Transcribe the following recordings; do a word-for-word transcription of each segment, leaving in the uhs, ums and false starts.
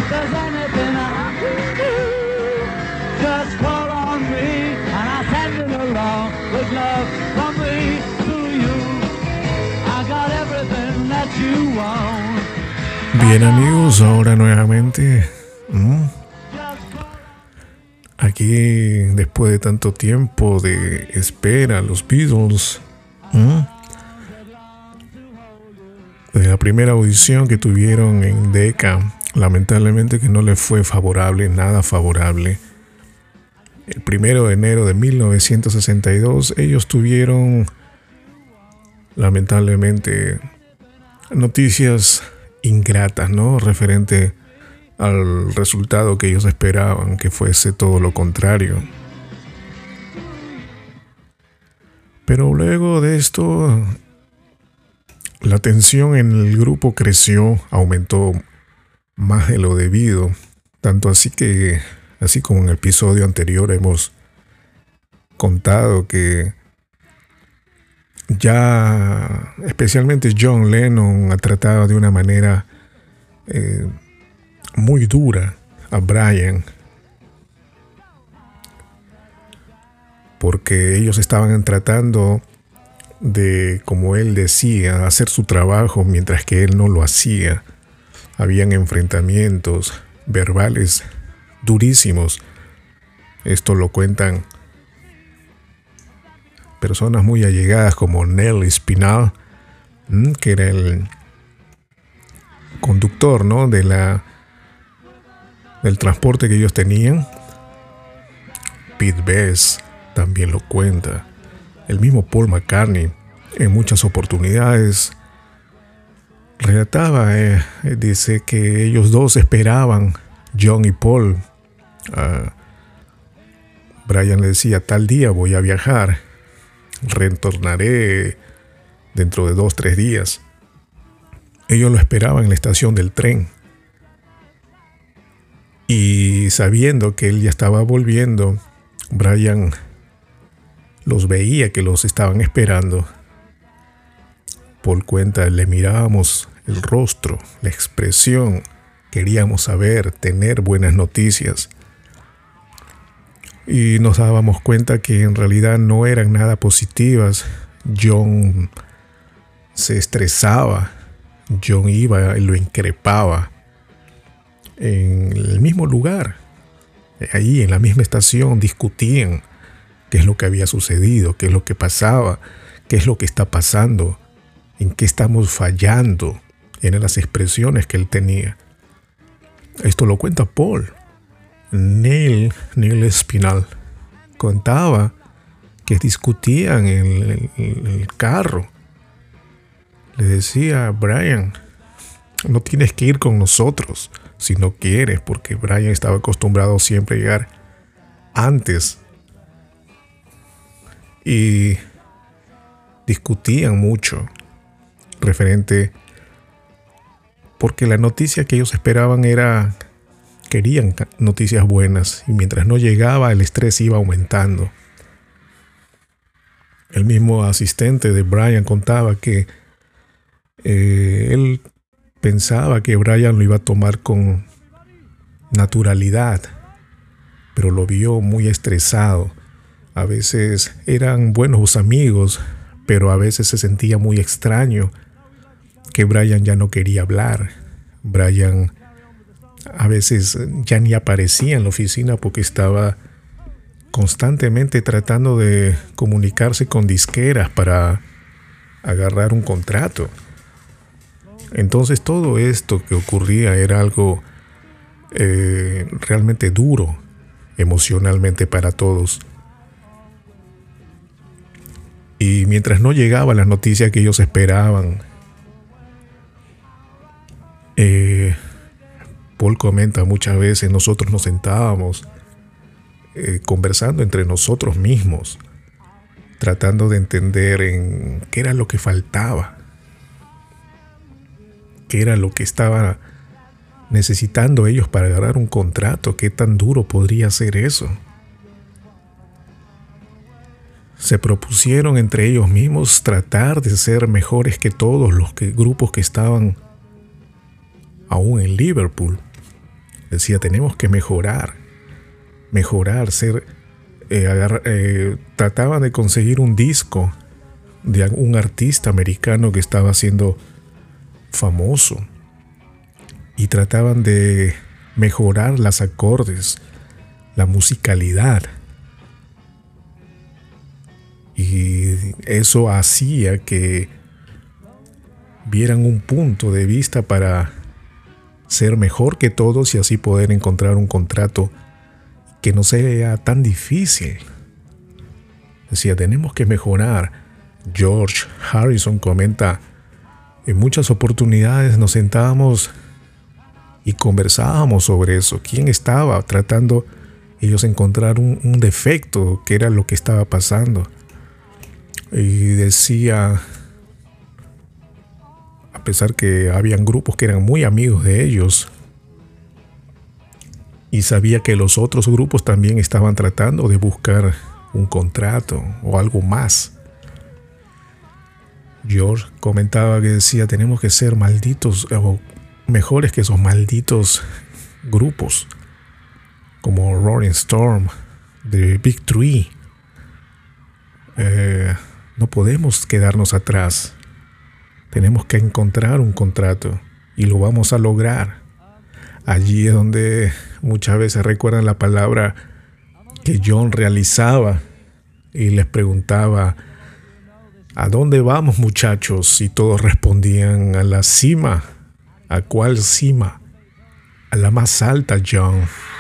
If there's anything I can do, just call on me and I'll send it along with love from me to you. I got everything that you want. Bien, amigos, ahora nuevamente ¿Mm? aquí después de tanto tiempo de espera, los Beatles, ¿Mm? de la primera audición que tuvieron en Decca, lamentablemente que no les fue favorable, nada favorable. El primero de enero de mil novecientos sesenta y dos ellos tuvieron lamentablemente noticias ingratas, ¿no? Referente al resultado que ellos esperaban, que fuese todo lo contrario. Pero luego de esto, la tensión en el grupo creció, aumentó más de lo debido, tanto así que, así como en el episodio anterior hemos contado que ya especialmente John Lennon ha tratado de una manera eh, muy dura a Brian, porque ellos estaban tratando de, como él decía, hacer su trabajo mientras que él no lo hacía. Habían enfrentamientos verbales durísimos. Esto lo cuentan personas muy allegadas como Nelly Spinall, que era el conductor, ¿no? de la, del transporte que ellos tenían. Pete Best también lo cuenta. El mismo Paul McCartney en muchas oportunidades relataba, eh, dice que ellos dos esperaban, John y Paul. Uh, Brian le decía, tal día voy a viajar, retornaré dentro de dos, tres días. Ellos lo esperaban en la estación del tren. Y sabiendo que él ya estaba volviendo, Brian los veía que los estaban esperando. Paul cuenta, le mirábamos el rostro, la expresión, queríamos saber, tener buenas noticias. Y nos dábamos cuenta que en realidad no eran nada positivas. John se estresaba, John iba y lo increpaba en el mismo lugar, ahí en la misma estación, discutían qué es lo que había sucedido, qué es lo que pasaba, qué es lo que está pasando, en qué estamos fallando. Eran las expresiones que él tenía. Esto lo cuenta Paul. Neil, Neil Spinall contaba que discutían en el, en el carro. Le decía a Brian, no tienes que ir con nosotros si no quieres, porque Brian estaba acostumbrado siempre a llegar antes. Y discutían mucho referente, porque la noticia que ellos esperaban era, querían noticias buenas, y mientras no llegaba el estrés iba aumentando. El mismo asistente de Brian contaba que eh, él pensaba que Brian lo iba a tomar con naturalidad, pero lo vio muy estresado. A veces eran buenos amigos, pero a veces se sentía muy extraño que Brian ya no quería hablar. Brian a veces ya ni aparecía en la oficina porque estaba constantemente tratando de comunicarse con disqueras para agarrar un contrato. Entonces todo esto que ocurría era algo eh, realmente duro emocionalmente para todos. Y mientras no llegaba la noticia que ellos esperaban, eh, Paul comenta, muchas veces nosotros nos sentábamos eh, conversando entre nosotros mismos, tratando de entender en qué era lo que faltaba, qué era lo que estaba necesitando ellos para agarrar un contrato, qué tan duro podría ser eso. Se propusieron entre ellos mismos tratar de ser mejores que todos los que, grupos que estaban aún en Liverpool. Decía, tenemos que mejorar, mejorar, ser, eh, agarrar, eh, trataban de conseguir un disco de un artista americano que estaba siendo famoso y trataban de mejorar los acordes, la musicalidad, y eso hacía que vieran un punto de vista para ser mejor que todos y así poder encontrar un contrato que no sea tan difícil. Decía, tenemos que mejorar. George Harrison comenta, en muchas oportunidades nos sentábamos y conversábamos sobre eso. ¿Quién estaba tratando ellos encontrar un, un defecto? ¿Qué era lo que estaba pasando? Y decía, a pesar que habían grupos que eran muy amigos de ellos, y sabía que los otros grupos también estaban tratando de buscar un contrato o algo más. George comentaba que decía, tenemos que ser malditos o mejores que esos malditos grupos como Rolling Stone, The Big Three. Eh, no podemos quedarnos atrás. Tenemos que encontrar un contrato y lo vamos a lograr. Allí es donde muchas veces recuerdan la palabra que John realizaba y les preguntaba, ¿a dónde vamos, muchachos? Y todos respondían, a la cima. ¿A cuál cima? A la más alta, John.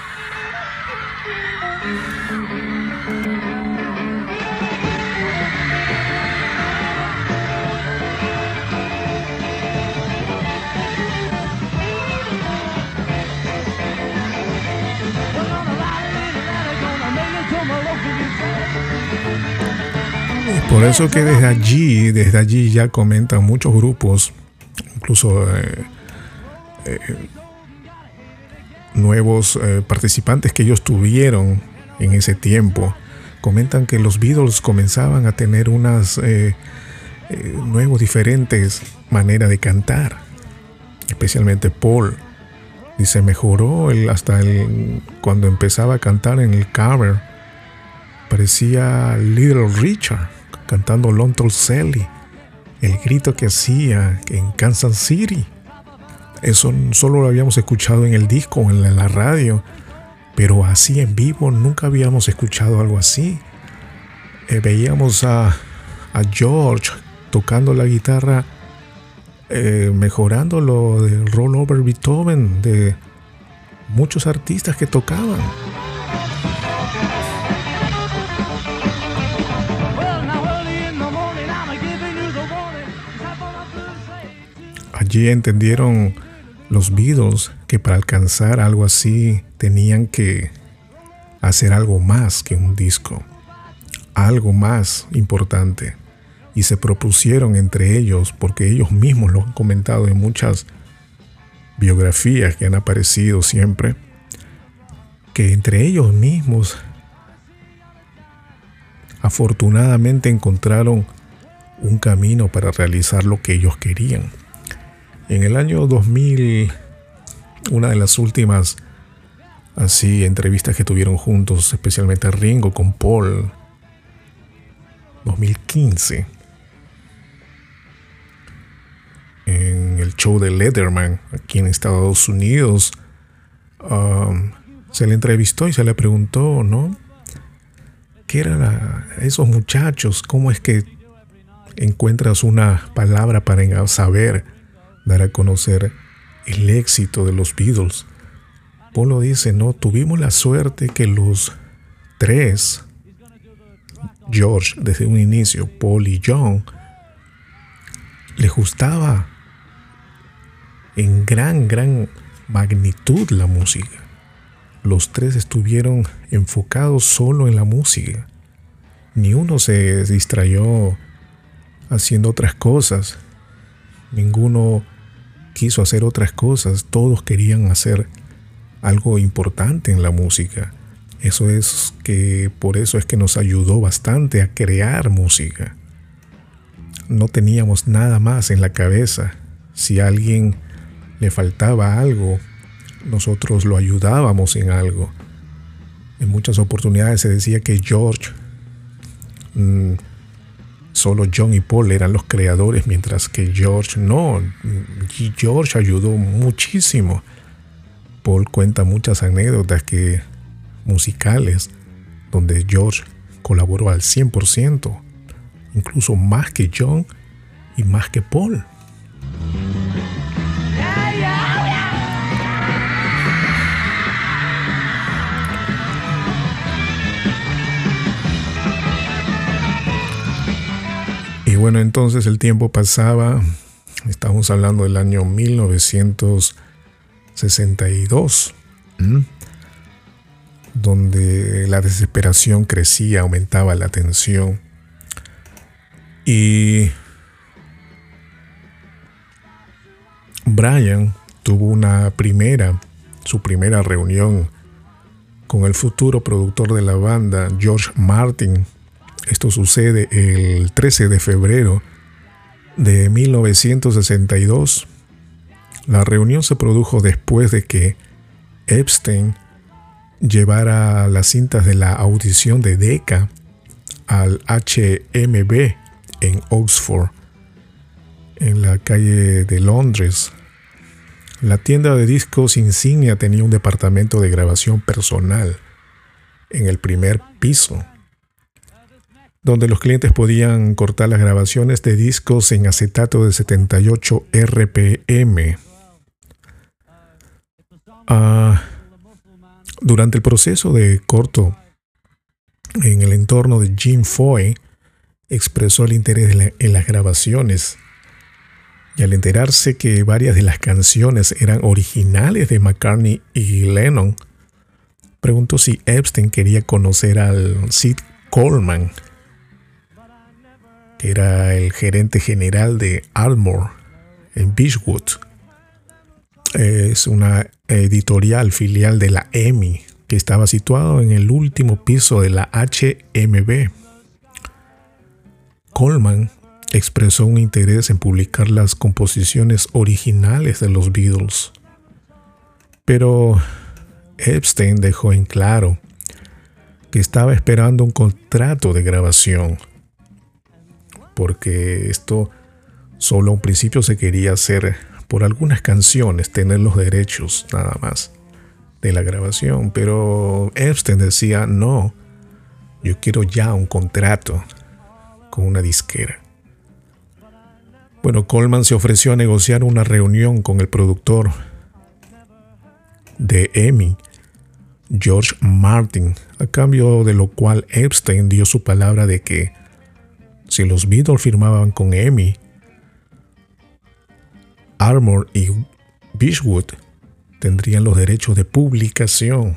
Por eso que desde allí, desde allí ya comentan muchos grupos, incluso eh, eh, nuevos eh, participantes que ellos tuvieron en ese tiempo, comentan que los Beatles comenzaban a tener unas eh, eh, nuevos, diferentes maneras de cantar, especialmente Paul. Dice, mejoró el, hasta el, cuando empezaba a cantar en el cover, parecía Little Richard cantando Long Tall Sally, el grito que hacía en Kansas City. Eso solo lo habíamos escuchado en el disco o en la, en la radio, pero así en vivo nunca habíamos escuchado algo así. Eh, veíamos a, a George tocando la guitarra, eh, mejorando lo del Roll Over Beethoven, de muchos artistas que tocaban. Allí entendieron los Beatles que para alcanzar algo así tenían que hacer algo más que un disco, algo más importante, y se propusieron entre ellos, porque ellos mismos lo han comentado en muchas biografías que han aparecido siempre, que entre ellos mismos afortunadamente encontraron un camino para realizar lo que ellos querían. En el año dos mil, una de las últimas así entrevistas que tuvieron juntos, especialmente Ringo con Paul, dos mil quince, en el show de Letterman aquí en Estados Unidos, um, se le entrevistó y se le preguntó, ¿no? ¿Qué eran esos muchachos? ¿Cómo es que encuentras una palabra para saber dar a conocer el éxito de los Beatles? Paul lo dice, no, tuvimos la suerte que los tres, George desde un inicio, Paul y John, les gustaba en gran, gran magnitud la música. Los tres estuvieron enfocados solo en la música. Ni uno se distrayó haciendo otras cosas. Ninguno quiso hacer otras cosas. Todos querían hacer algo importante en la música. Eso es que por eso es que nos ayudó bastante a crear música. No teníamos nada más en la cabeza. Si a alguien le faltaba algo, nosotros lo ayudábamos en algo. En muchas oportunidades se decía que George, mmm, solo John y Paul eran los creadores, mientras que George no. George ayudó muchísimo. Paul cuenta muchas anécdotas que, musicales donde George colaboró al cien por ciento, incluso más que John y más que Paul. Y bueno, entonces el tiempo pasaba, estamos hablando del año mil novecientos sesenta y dos, ¿m? donde la desesperación crecía, aumentaba la tensión. Y Brian tuvo una primera, su primera reunión con el futuro productor de la banda, George Martin. Esto sucede el trece de febrero de mil novecientos sesenta y dos. La reunión se produjo después de que Epstein llevara las cintas de la audición de Decca al H M V en Oxford, en la calle de Londres. La tienda de discos insignia tenía un departamento de grabación personal en el primer piso, donde los clientes podían cortar las grabaciones de discos en acetato de setenta y ocho R P M. Uh, durante el proceso de corto, en el entorno de Jim Foy expresó el interés en, la, en las grabaciones, y al enterarse que varias de las canciones eran originales de McCartney y Lennon, preguntó si Epstein quería conocer al Sid Coleman, que era el gerente general de Armour en Beechwood. Es una editorial filial de la E M I que estaba situado en el último piso de la H M V. Coleman expresó un interés en publicar las composiciones originales de los Beatles, pero Epstein dejó en claro que estaba esperando un contrato de grabación, porque esto solo a un principio se quería hacer por algunas canciones, tener los derechos nada más de la grabación. Pero Epstein decía, no, yo quiero ya un contrato con una disquera. Bueno, Coleman se ofreció a negociar una reunión con el productor de E M I, George Martin, a cambio de lo cual Epstein dio su palabra de que si los Beatles firmaban con E M I, Armour y Beechwood tendrían los derechos de publicación.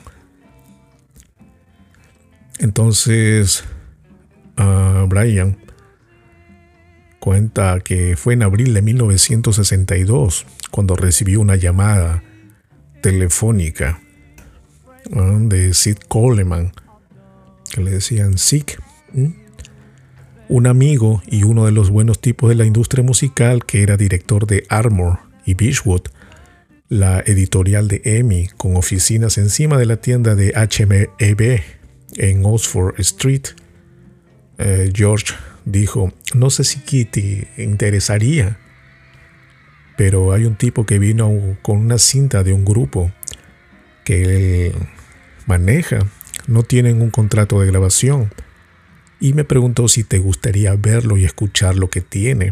Entonces, uh, Brian cuenta que fue en abril de mil novecientos sesenta y dos cuando recibió una llamada telefónica uh, de Sid Coleman, que le decían Sid, ¿Mm? un amigo y uno de los buenos tipos de la industria musical, que era director de Armour y Beechwood, la editorial de E M I, con oficinas encima de la tienda de H M V en Oxford Street. Eh, George dijo, no sé si te interesaría, pero hay un tipo que vino con una cinta de un grupo que él maneja, no tienen un contrato de grabación, y me preguntó si te gustaría verlo y escuchar lo que tiene.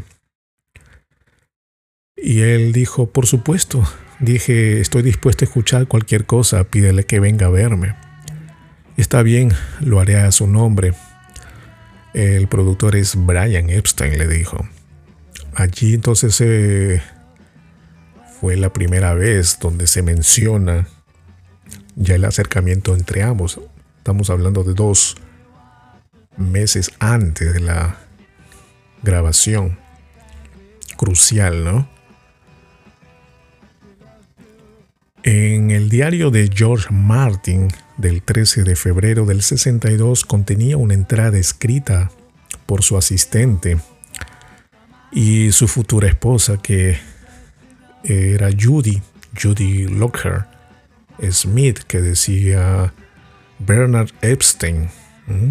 Y él dijo, por supuesto. Dije, estoy dispuesto a escuchar cualquier cosa, pídele que venga a verme. Está bien, lo haré a su nombre. El productor es Brian Epstein, le dijo. Allí entonces eh, fue la primera vez donde se menciona ya el acercamiento entre ambos. Estamos hablando de dos meses antes de la grabación. Crucial, ¿no? En el diario de George Martin del trece de febrero del sesenta y dos contenía una entrada escrita por su asistente y su futura esposa, que era Judy, Judy Lockyer, Smith que decía Bernard Epstein. ¿Mm?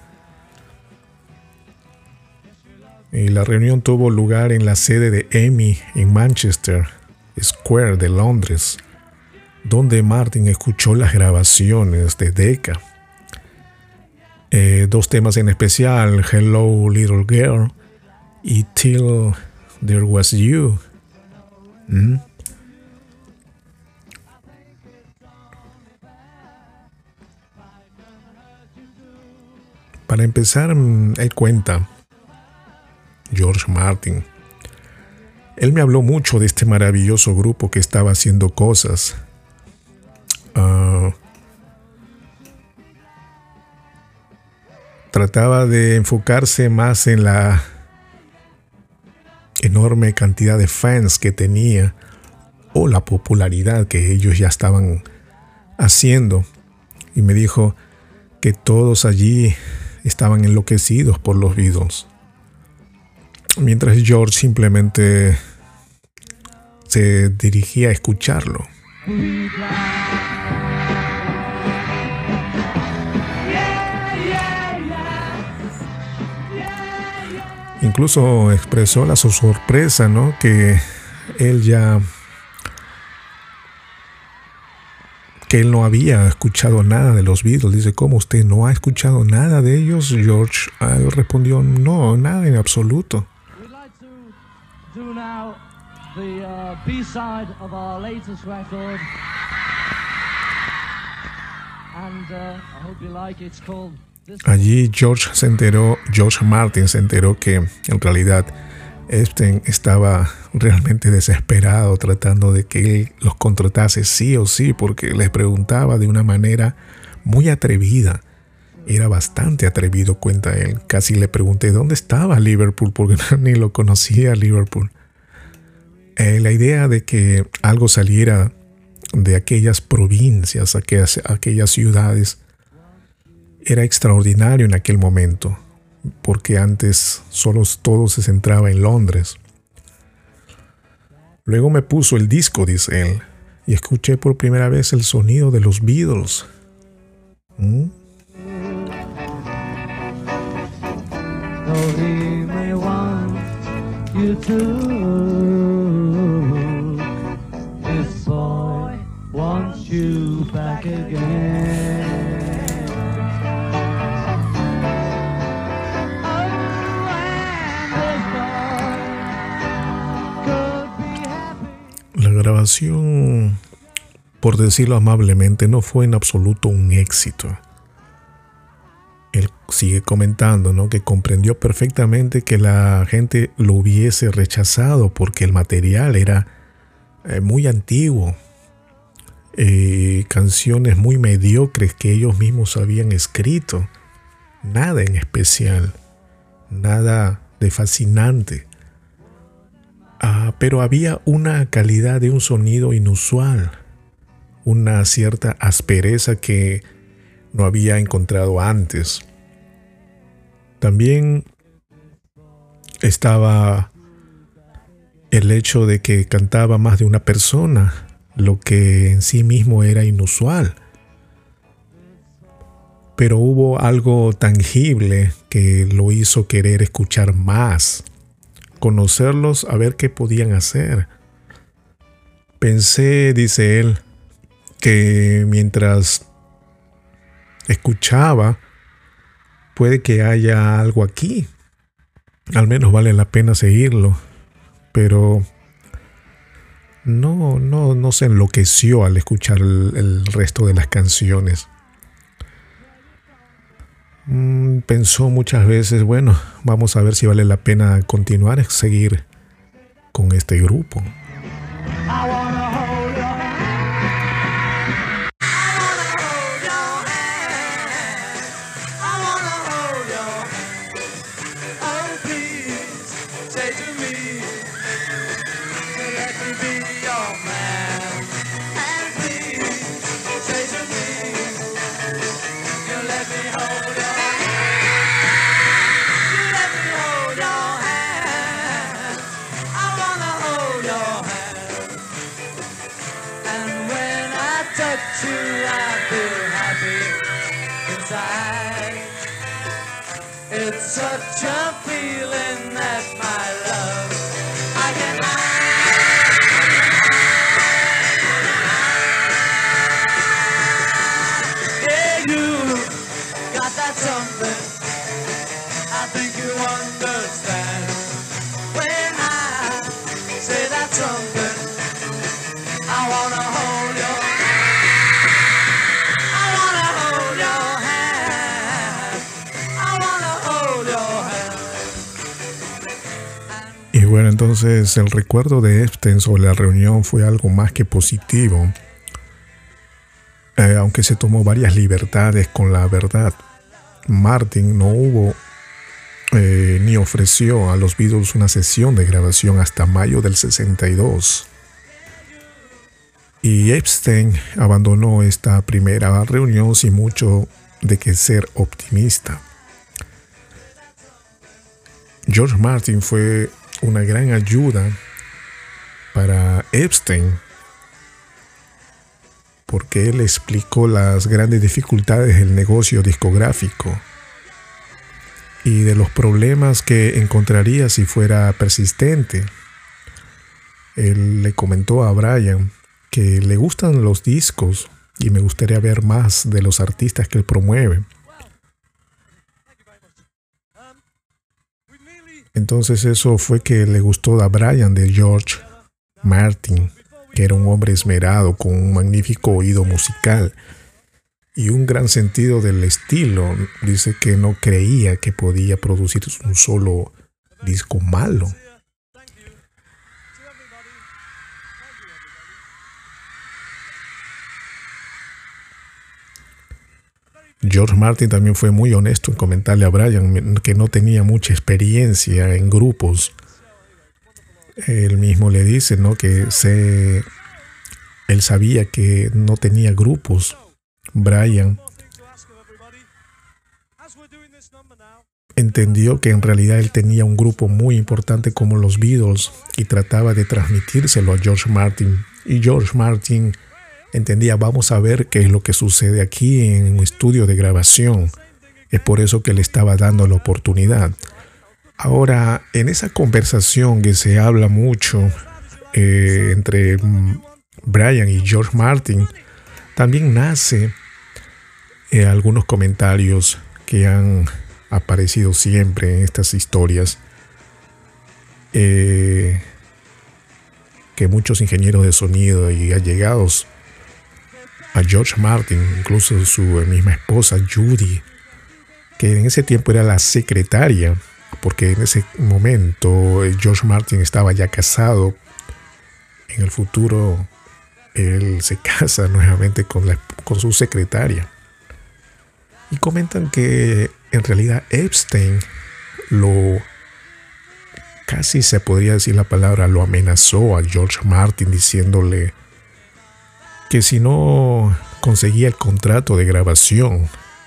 Y la reunión tuvo lugar en la sede de EMI en Manchester Square de Londres, donde Martin escuchó las grabaciones de Decca. Eh, dos temas en especial, Hello Little Girl y Till There Was You. ¿Mm? Para empezar, él cuenta, George Martin, él me habló mucho de este maravilloso grupo que estaba haciendo cosas. Uh, trataba de enfocarse más en la enorme cantidad de fans que tenía o la popularidad que ellos ya estaban haciendo. Y me dijo que todos allí estaban enloquecidos por los Beatles, mientras George simplemente se dirigía a escucharlo. Incluso expresó la su sorpresa, ¿no? Que él ya que él no había escuchado nada de los Beatles. Dice, ¿cómo usted no ha escuchado nada de ellos? George él respondió, no, nada en absoluto. Allí George se enteró, George Martin se enteró que en realidad Epstein estaba realmente desesperado tratando de que él los contratase sí o sí, porque les preguntaba de una manera muy atrevida. Era bastante atrevido, cuenta él. Casi le pregunté dónde estaba Liverpool, porque ni lo conocía Liverpool. Eh, la idea de que algo saliera de aquellas provincias, aquellas, aquellas ciudades, era extraordinario en aquel momento, porque antes solo todo se centraba en Londres. Luego me puso el disco, dice él, y escuché por primera vez el sonido de los Beatles. ¿Mm? La grabación, por decirlo amablemente, no fue en absoluto un éxito. Él sigue comentando, ¿no?, que comprendió perfectamente que la gente lo hubiese rechazado porque el material era eh, muy antiguo, eh, canciones muy mediocres que ellos mismos habían escrito, nada en especial, nada de fascinante. Ah, pero había una calidad de un sonido inusual, una cierta aspereza que no había encontrado antes. También estaba el hecho de que cantaba más de una persona, lo que en sí mismo era inusual. Pero hubo algo tangible que lo hizo querer escuchar más, conocerlos, a ver qué podían hacer. Pensé, dice él, que mientras escuchaba, puede que haya algo aquí. Al menos vale la pena seguirlo. Pero no, no, no se enloqueció al escuchar el, el resto de las canciones. Mm, pensó muchas veces, bueno, vamos a ver si vale la pena continuar, seguir con este grupo. Hold your I feel happy inside. It's such a feeling that my love I can yeah, you got that something I think you understand. When I say that something, I wanna hold your I wanna hold your hand. I wanna hold your hand. Y bueno, entonces el recuerdo de Epstein sobre la reunión fue algo más que positivo, eh, aunque se tomó varias libertades con la verdad. Martin no hubo eh, ni ofreció a los Beatles una sesión de grabación hasta mayo del sesenta y dos. Y Epstein abandonó esta primera reunión sin mucho de que ser optimista. George Martin fue una gran ayuda para Epstein porque él explicó las grandes dificultades del negocio discográfico y de los problemas que encontraría si fuera persistente. Él le comentó a Brian que le gustan los discos y me gustaría ver más de los artistas que él promueve. Entonces eso fue que le gustó a Brian de George Martin, que era un hombre esmerado con un magnífico oído musical y un gran sentido del estilo. Dice que no creía que podía producir un solo disco malo. George Martin también fue muy honesto en comentarle a Brian que no tenía mucha experiencia en grupos. Él mismo le dice, ¿no?, que se, él sabía que no tenía grupos. Brian entendió que en realidad él tenía un grupo muy importante como los Beatles y trataba de transmitírselo a George Martin. Y George Martin entendía, vamos a ver qué es lo que sucede aquí en un estudio de grabación. Es por eso que le estaba dando la oportunidad. Ahora, en esa conversación que se habla mucho eh, entre Brian y George Martin, también nace eh, algunos comentarios que han aparecido siempre en estas historias, eh, que muchos ingenieros de sonido y allegados a George Martin, incluso su misma esposa Judy, que en ese tiempo era la secretaria, porque en ese momento George Martin estaba ya casado. En el futuro él se casa nuevamente con, la, con su secretaria. Y comentan que en realidad Epstein lo, casi se podría decir la palabra, lo amenazó a George Martin diciéndole que si no conseguía el contrato de grabación,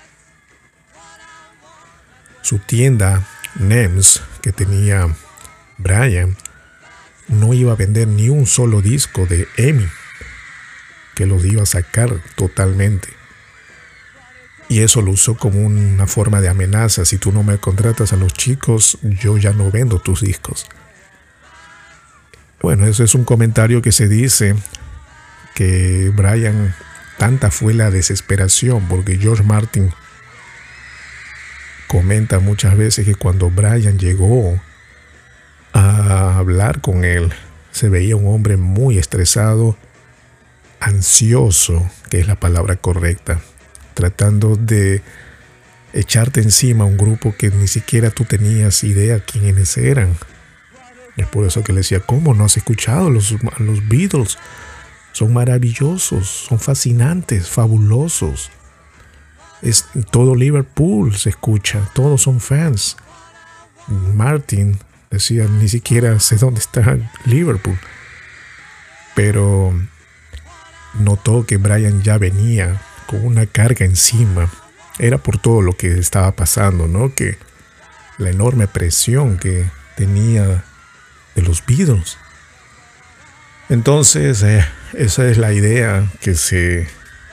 su tienda N E M S que tenía Brian no iba a vender ni un solo disco de EMI, que los iba a sacar totalmente. Y eso lo usó como una forma de amenaza: si tú no me contratas a los chicos, yo ya no vendo tus discos. Bueno, eso es un comentario que se dice que Brian, tanta fue la desesperación, porque George Martin comenta muchas veces que cuando Brian llegó a hablar con él, se veía un hombre muy estresado, ansioso, que es la palabra correcta, tratando de echarte encima a un grupo que ni siquiera tú tenías idea quiénes eran. Es por eso que le decía, ¿cómo no has escuchado a los, a los Beatles? Son maravillosos, son fascinantes, fabulosos. Es, todo Liverpool se escucha, todos son fans. Martin decía, ni siquiera sé dónde está Liverpool. Pero notó que Brian ya venía con una carga encima. Era por todo lo que estaba pasando, ¿no? Que la enorme presión que tenía de los Beatles. Entonces, eh, esa es la idea que se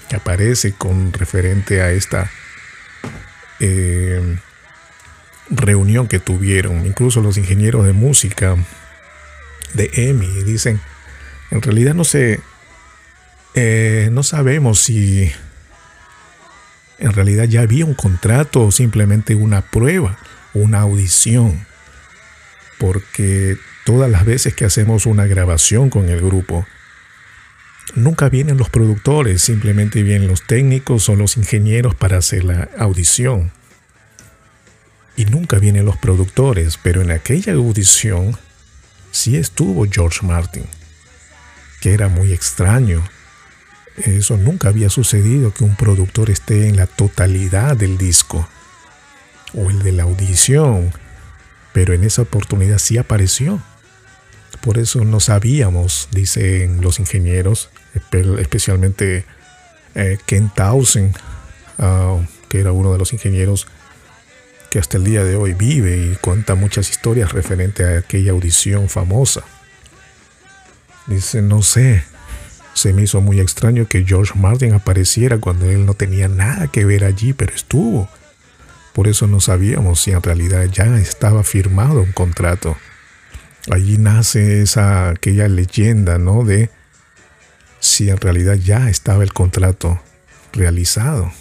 que aparece con referente a esta eh, reunión que tuvieron. Incluso los ingenieros de música de EMI dicen, en realidad no sé, eh, no sabemos si en realidad ya había un contrato o simplemente una prueba, una audición, porque todas las veces que hacemos una grabación con el grupo, nunca vienen los productores, simplemente vienen los técnicos o los ingenieros para hacer la audición. Y nunca vienen los productores, pero en aquella audición sí estuvo George Martin, que era muy extraño. Eso nunca había sucedido, que un productor esté en la totalidad del disco o el de la audición, pero en esa oportunidad sí apareció. Por eso no sabíamos, dicen los ingenieros, especialmente eh, Ken Townsend, uh, que era uno de los ingenieros que hasta el día de hoy vive y cuenta muchas historias referente a aquella audición famosa. Dice, no sé, se me hizo muy extraño que George Martin apareciera cuando él no tenía nada que ver allí, pero estuvo. Por eso no sabíamos si en realidad ya estaba firmado un contrato. Allí nace esa aquella leyenda, ¿no? De si en realidad ya estaba el contrato realizado.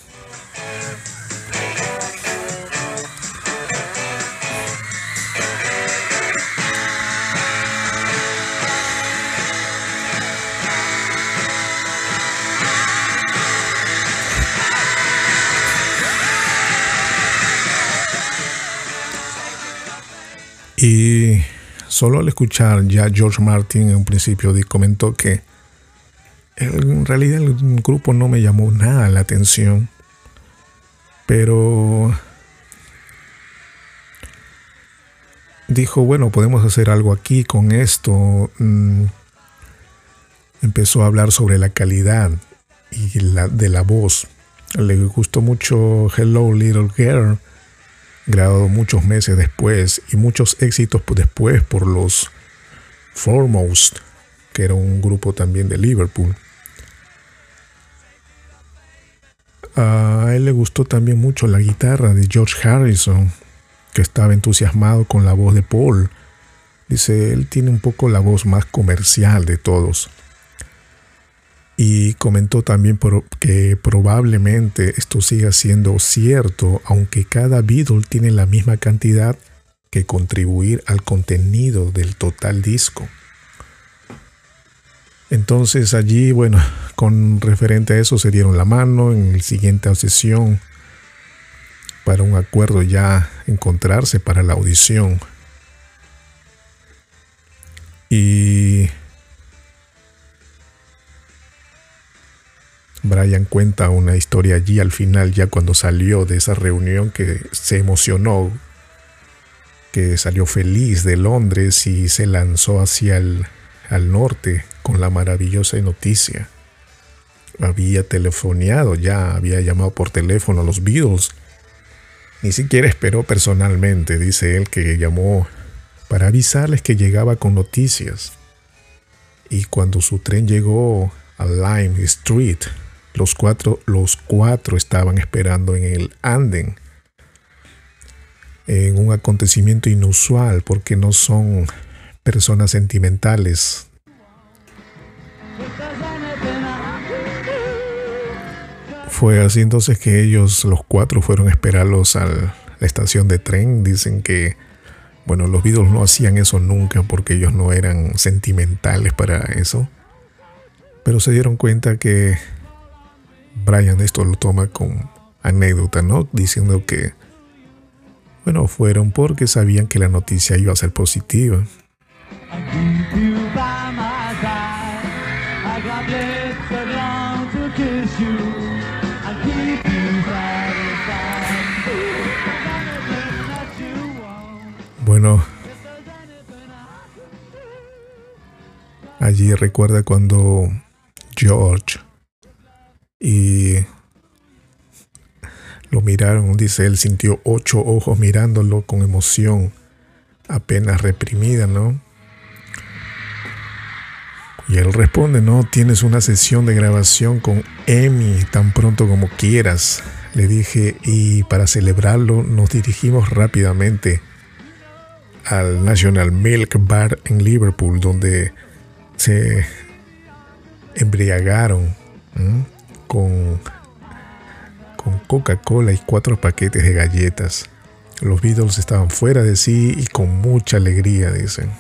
Y solo al escuchar ya George Martin en un principio comentó que en realidad el grupo no me llamó nada la atención, pero dijo, bueno, podemos hacer algo aquí con esto. Empezó a hablar sobre la calidad y la, de la voz. Le gustó mucho Hello Little Girl, grabado muchos meses después, y muchos éxitos después por los Foremost, que era un grupo también de Liverpool. A él le gustó también mucho la guitarra de George Harrison, que estaba entusiasmado con la voz de Paul. Dice, él tiene un poco la voz más comercial de todos. Y comentó también que probablemente esto siga siendo cierto, aunque cada Beatle tiene la misma cantidad que contribuir al contenido del total disco. Entonces allí, bueno, con referente a eso se dieron la mano en la siguiente sesión para un acuerdo ya encontrarse para la audición. Y Brian cuenta una historia allí al final, ya cuando salió de esa reunión, que se emocionó, que salió feliz de Londres y se lanzó hacia el al norte con la maravillosa noticia. Había telefoneado ya, había llamado por teléfono a los Beatles. Ni siquiera esperó personalmente, dice él, que llamó para avisarles que llegaba con noticias. Y cuando su tren llegó a Lime Street, Los cuatro, los cuatro estaban esperando en el andén, en un acontecimiento inusual, porque no son personas sentimentales. Fue así entonces que ellos, los cuatro, fueron a esperarlos a la estación de tren. Dicen que, bueno, los Beatles no hacían eso nunca porque ellos no eran sentimentales para eso. Pero se dieron cuenta que Brian esto lo toma con anécdota, ¿no? Diciendo que, bueno, fueron porque sabían que la noticia iba a ser positiva. Bueno, allí recuerda cuando George y lo miraron, dice él, sintió ocho ojos mirándolo con emoción apenas reprimida, ¿no? Y él responde, no, tienes una sesión de grabación con Emi tan pronto como quieras. Le dije, y para celebrarlo nos dirigimos rápidamente al National Milk Bar en Liverpool, donde se embriagaron ¿eh? con, con Coca-Cola y cuatro paquetes de galletas. Los Beatles estaban fuera de sí y con mucha alegría, dicen.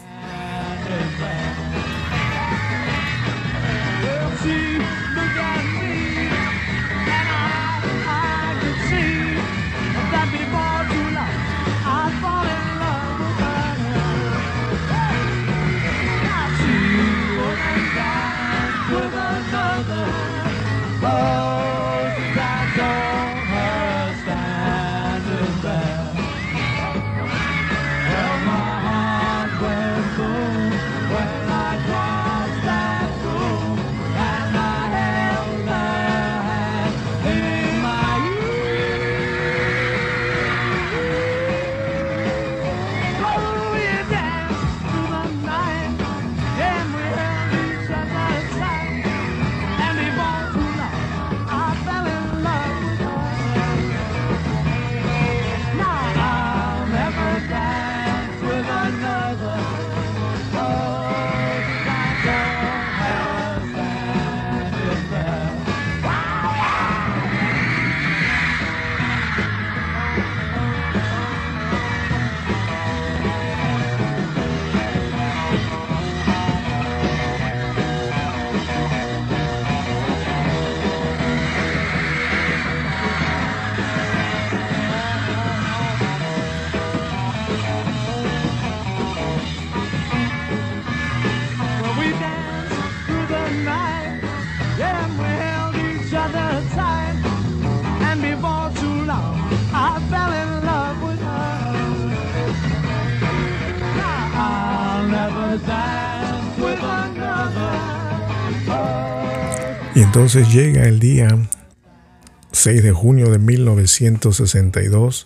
Y entonces llega el día seis de junio de mil novecientos sesenta y dos,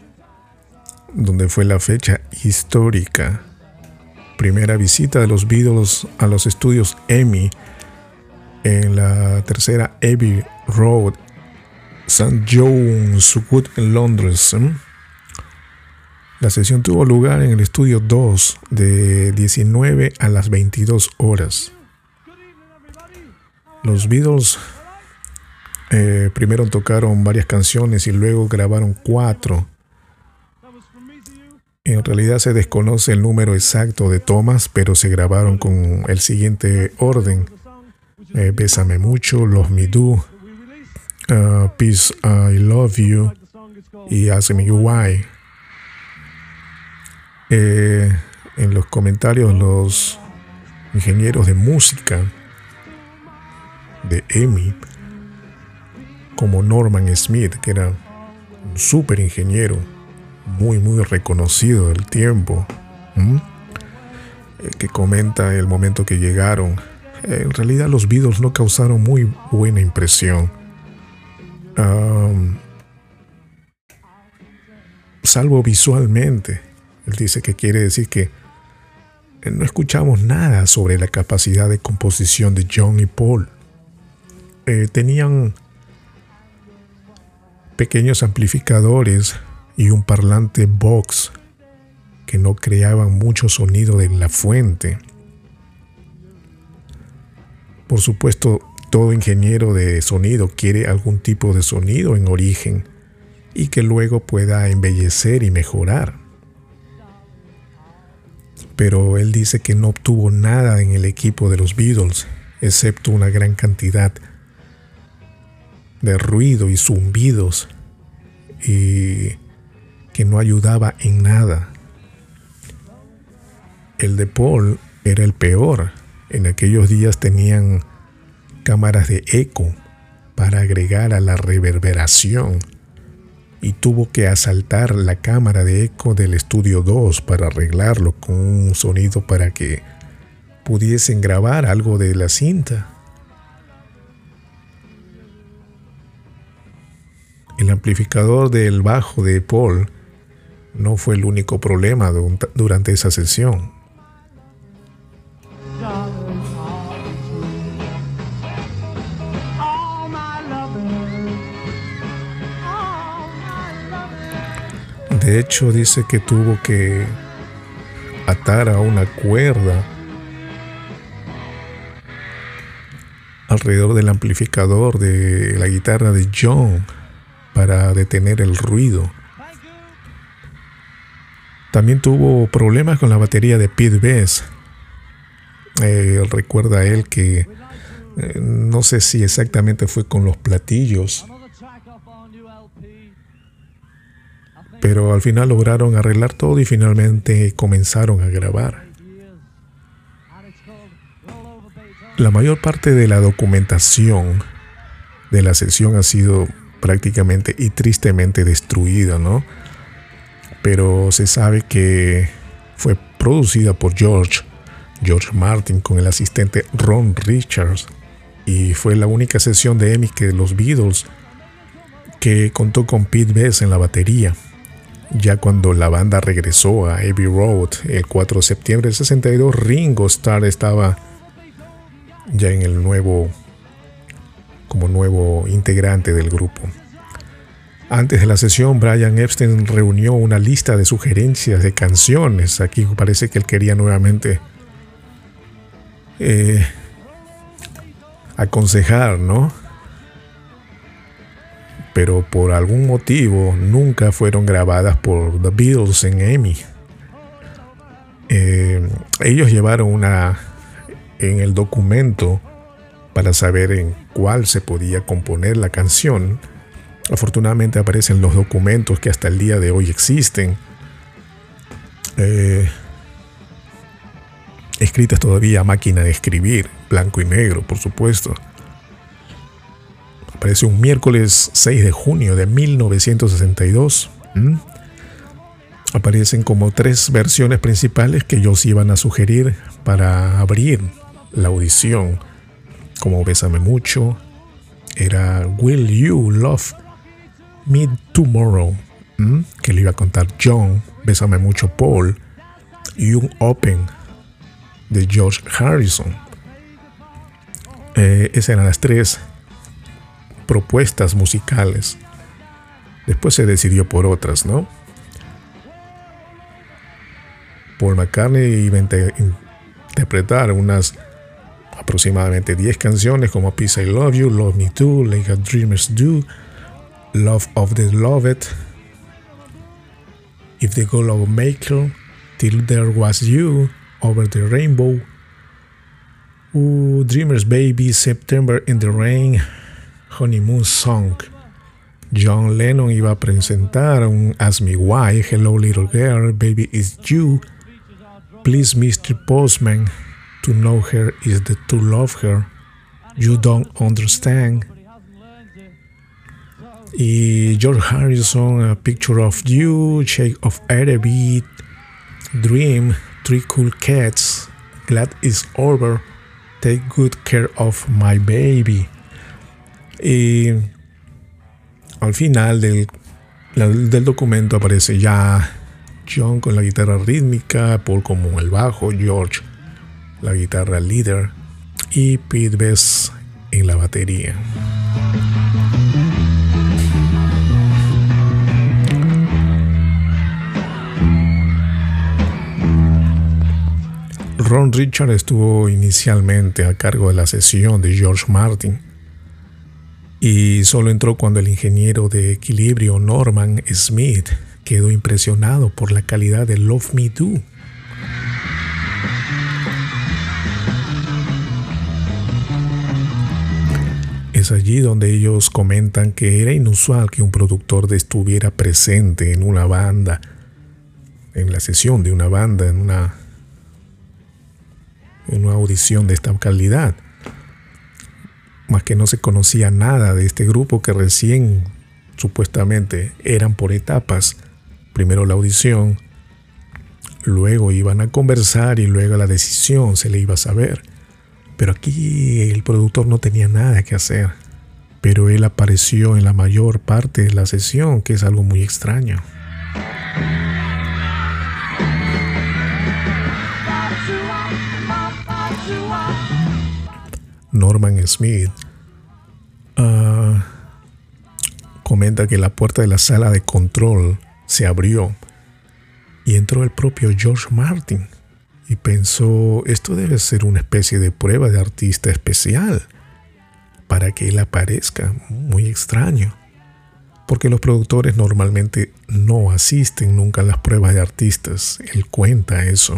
donde fue la fecha histórica. Primera visita de los Beatles a los estudios Emi en la tercera Abbey Road, Saint John's Wood en Londres. La sesión tuvo lugar en el estudio dos de diecinueve a las veintidós horas. Los Beatles eh, primero tocaron varias canciones y luego grabaron cuatro. En realidad se desconoce el número exacto de tomas, pero se grabaron con el siguiente orden: eh, Bésame Mucho, Love Me Do, uh, Peace I Love You y Ask Me Why. Eh, en los comentarios, los ingenieros de música de Emi, como Norman Smith, que era un súper ingeniero, muy muy reconocido del tiempo, ¿Mm? que comenta el momento que llegaron. En realidad los Beatles no causaron muy buena impresión, um, salvo visualmente. Él dice que quiere decir que no escuchamos nada sobre la capacidad de composición de John y Paul. Eh, tenían pequeños amplificadores y un parlante box que no creaban mucho sonido de la fuente. Por supuesto, todo ingeniero de sonido quiere algún tipo de sonido en origen y que luego pueda embellecer y mejorar. Pero él dice que no obtuvo nada en el equipo de los Beatles, excepto una gran cantidad de ruido y zumbidos, y que no ayudaba en nada. El de Paul era el peor. En aquellos días tenían cámaras de eco para agregar a la reverberación, y tuvo que asaltar la cámara de eco del estudio dos para arreglarlo con un sonido para que pudiesen grabar algo de la cinta. El amplificador del bajo de Paul no fue el único problema durante esa sesión. De hecho, dice que tuvo que atar a una cuerda alrededor del amplificador de la guitarra de John para detener el ruido. También tuvo problemas con la batería de Pete Best. Eh, recuerda él que eh, no sé si exactamente fue con los platillos, pero al final lograron arreglar todo y finalmente comenzaron a grabar. La mayor parte de la documentación de la sesión ha sido prácticamente y tristemente destruida, ¿no? Pero se sabe que fue producida por George, George Martin con el asistente Ron Richards, y fue la única sesión de EMI que los Beatles que contó con Pete Best en la batería. Ya cuando la banda regresó a Abbey Road el cuatro de septiembre del sesenta y dos, Ringo Starr estaba ya en el nuevo, como nuevo integrante del grupo. Antes de la sesión, Brian Epstein reunió una lista de sugerencias de canciones. Aquí parece que él quería nuevamente eh, aconsejar, ¿no? Pero por algún motivo nunca fueron grabadas por The Beatles en EMI. Eh, ellos llevaron una en el documento para saber en cuál se podía componer la canción. Afortunadamente aparecen los documentos que hasta el día de hoy existen, eh, escritas todavía a máquina de escribir, blanco y negro, por supuesto. Aparece un miércoles seis de junio de mil novecientos sesenta y dos. ¿Mm? Aparecen como tres versiones principales que ellos iban a sugerir para abrir la audición, como Bésame Mucho, era Will You Love Me Tomorrow, ¿Mm? que le iba a contar John, Bésame Mucho Paul, y un Open de George Harrison. Eh, esas eran las tres propuestas musicales. Después se decidió por otras, ¿no? Paul McCartney iba a interpretar unas aproximadamente diez canciones como Peace I Love You, Love Me Too, Like a Dreamers Do, Love of the Loved, If the Goal of Maker, Till There Was You, Over the Rainbow, uh, Dreamers Baby, September in the Rain, Honeymoon Song. John Lennon iba a presentar un Ask Me Why, Hello Little Girl, Baby It's You, Please Mister Postman, To Know Her Is the To Love Her, You Don't Understand. Y George Harrison, A Picture of You, Shake of a Beat, Dream, Three Cool Cats, Glad It's Over, Take Good Care of My Baby. Y al final del, del documento aparece ya John con la guitarra rítmica, Paul como el bajo, George la guitarra líder y Pete Best en la batería. Ron Richard estuvo inicialmente a cargo de la sesión de George Martin y solo entró cuando el ingeniero de equilibrio Norman Smith quedó impresionado por la calidad de Love Me Do. Es allí donde ellos comentan que era inusual que un productor estuviera presente en una banda, en la sesión de una banda, en una, en una audición de esta calidad. Más que no se conocía nada de este grupo que recién supuestamente eran por etapas. Primero la audición, luego iban a conversar y luego la decisión se le iba a saber. Pero aquí el productor no tenía nada que hacer, pero él apareció en la mayor parte de la sesión, que es algo muy extraño. Norman Smith uh, comenta que la puerta de la sala de control se abrió y entró el propio George Martin y pensó, esto debe ser una especie de prueba de artista especial para que él aparezca. Muy extraño, porque los productores normalmente no asisten nunca a las pruebas de artistas. Él cuenta eso.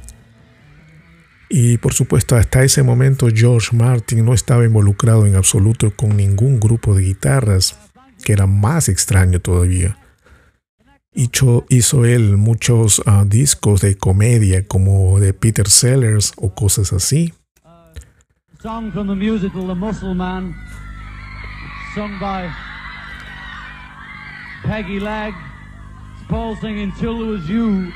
Y por supuesto, hasta ese momento George Martin no estaba involucrado en absoluto con ningún grupo de guitarras, que era más extraño todavía. Hizo, hizo él muchos uh, discos de comedia como de Peter Sellers o cosas así. Song from the musical The Muscle Man, sung by Peggy Lag. Paul singing Till It Was You.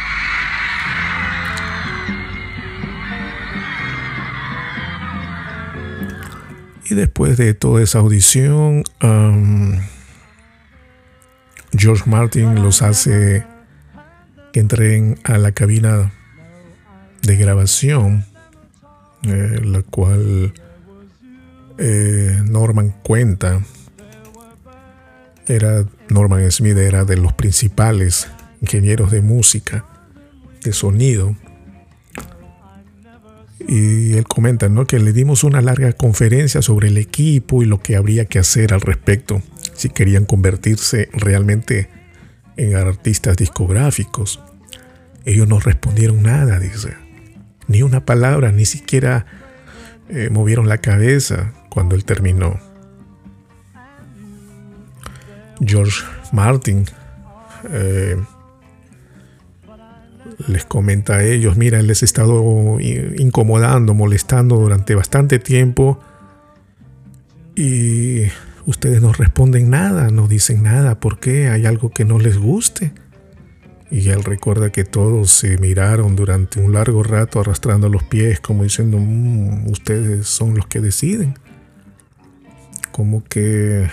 Y después de toda esa audición, um, George Martin los hace que entren a la cabina de grabación, eh, la cual eh, Norman cuenta. Era Norman Smith era de los principales ingenieros de música, de sonido. Y él comenta, ¿no?, que le dimos una larga conferencia sobre el equipo y lo que habría que hacer al respecto si querían convertirse realmente en artistas discográficos. Ellos no respondieron nada, dice. Ni una palabra, ni siquiera eh, movieron la cabeza cuando él terminó. George Martin eh, les comenta a ellos, mira, les he estado incomodando, molestando durante bastante tiempo y ustedes no responden nada, no dicen nada. ¿Por qué? ¿Hay algo que no les guste? Y él recuerda que todos se miraron durante un largo rato arrastrando los pies como diciendo, mmm, ustedes son los que deciden. Como que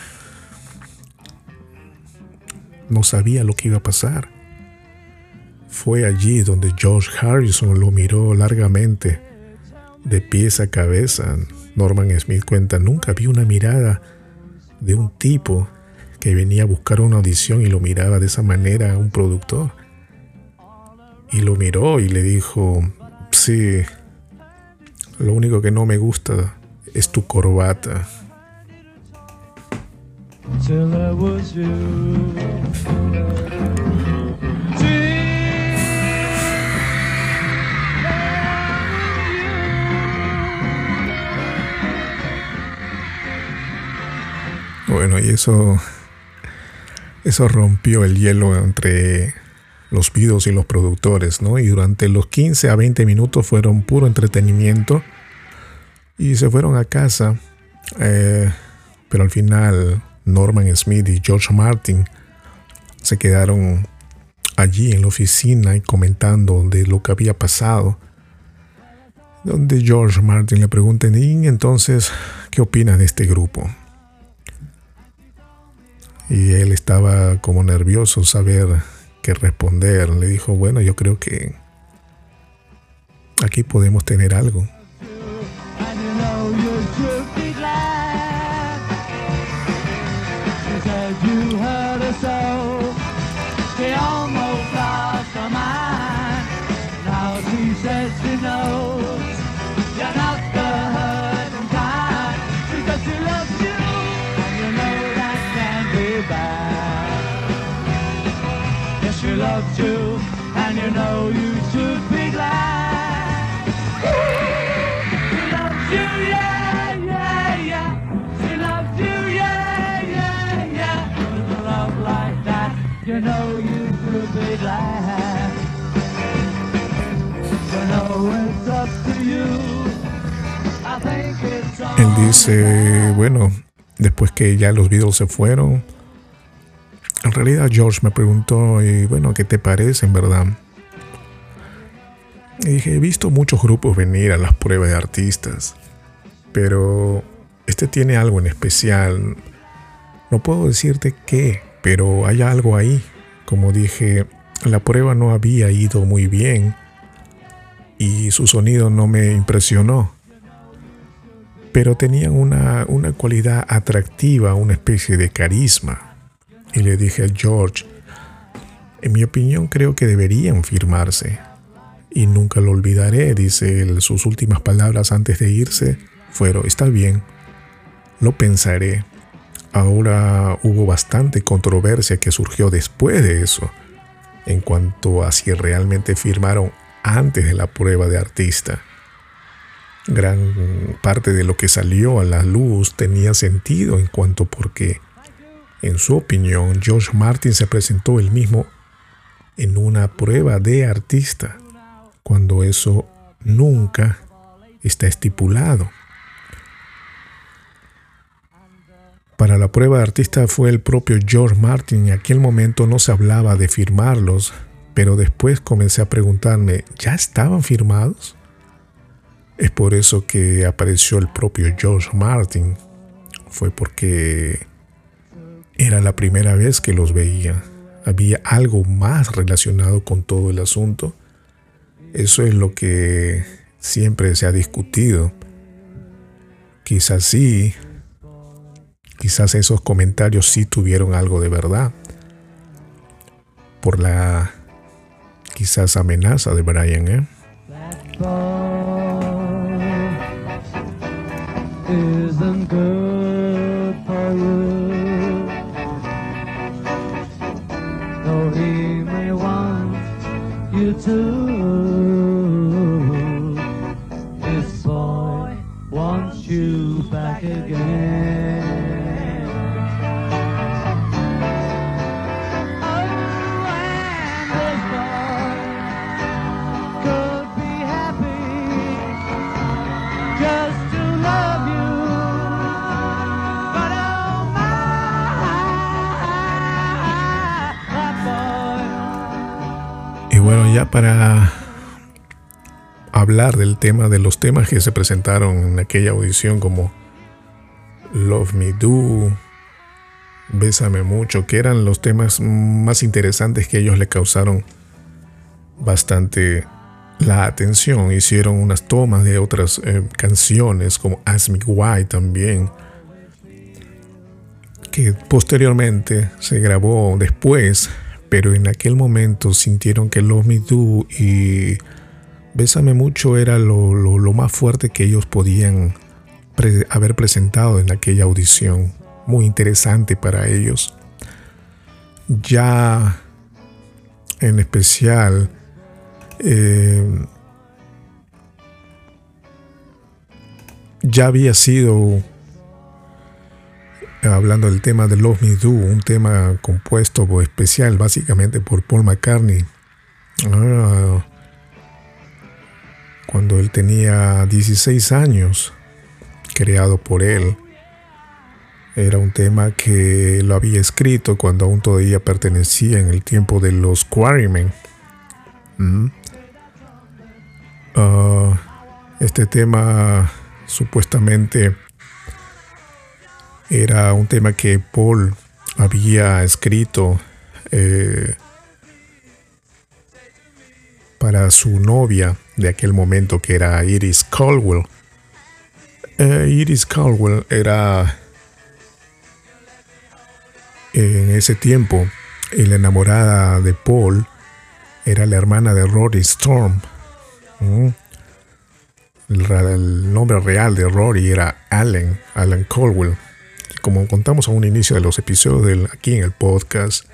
no sabía lo que iba a pasar. Fue allí donde George Harrison lo miró largamente, de pies a cabeza. Norman Smith cuenta, nunca vi una mirada de un tipo que venía a buscar una audición y lo miraba de esa manera a un productor. Y lo miró y le dijo, sí, lo único que no me gusta es tu corbata. Till I was you. Bueno, y eso, eso rompió el hielo entre los Beatles y los productores, ¿no? Y durante los quince a veinte minutos fueron puro entretenimiento y se fueron a casa. Eh, pero al final Norman Smith y George Martin se quedaron allí en la oficina y comentando de lo que había pasado. Donde George Martin le pregunta, y entonces, ¿qué opinas de este grupo? Y él estaba como nervioso saber qué responder. Le dijo, bueno, yo creo que aquí podemos tener algo. She loves you, and you know you should be glad. She loves you, yeah, yeah, yeah. She loves you, yeah, yeah, yeah. With a love like that, you know you should be glad. You know it's up to you. I think it's all. Él dice, bueno, después que ya los Beatles se fueron, en realidad George me preguntó, y bueno, ¿qué te parece en verdad? Y dije, he visto muchos grupos venir a las pruebas de artistas, pero este tiene algo en especial. No puedo decirte qué, pero hay algo ahí. Como dije, la prueba no había ido muy bien y su sonido no me impresionó. Pero tenían una, una cualidad atractiva, una especie de carisma. Y le dije a George, En mi opinión, creo que deberían firmarse. Y nunca lo olvidaré, dice él. Sus últimas palabras antes de irse fueron: está bien, lo pensaré. Ahora hubo bastante controversia que surgió después de eso, en cuanto a si realmente firmaron antes de la prueba de artista. Gran parte de lo que salió a la luz tenía sentido en cuanto porque, en su opinión, George Martin se presentó él mismo en una prueba de artista, cuando eso nunca está estipulado. Para la prueba de artista fue el propio George Martin. En aquel momento no se hablaba de firmarlos, pero después comencé a preguntarme, ¿ya estaban firmados? Es por eso que apareció el propio George Martin. Fue porque era la primera vez que los veía. Había algo más relacionado con todo el asunto. Eso es lo que siempre se ha discutido. Quizás sí, quizás esos comentarios sí tuvieron algo de verdad, por la quizás amenaza de Brian, ¿eh? Isn't good for you. Though he may want you to. This boy wants you back again. Oh, and this boy could be happy just to love you. Y bueno, ya para hablar del tema, de los temas que se presentaron en aquella audición, como Love Me Do, Bésame Mucho, que eran los temas más interesantes que ellos le causaron bastante la atención. Hicieron unas tomas de otras eh, canciones, como Ask Me Why también, que posteriormente se grabó después, pero en aquel momento sintieron que Love Me Do y Bésame Mucho era lo, lo, lo más fuerte que ellos podían pre- haber presentado en aquella audición. Muy interesante para ellos. Ya en especial eh, ya había sido, hablando del tema de Love Me Do, un tema compuesto o especial básicamente por Paul McCartney, ah, cuando él tenía dieciséis años, creado por él. Era un tema que lo había escrito cuando aún todavía pertenecía en el tiempo de los Quarrymen. ¿Mm? Uh, este tema supuestamente era un tema que Paul había escrito eh, para su novia de aquel momento, que era Iris Caldwell. Eh, Iris Caldwell era en ese tiempo la enamorada de Paul, era la hermana de Rory Storm. ¿Mm? El, el nombre real de Rory era Alan, Alan Caldwell. Como contamos a un inicio de los episodios del, aquí en el podcast,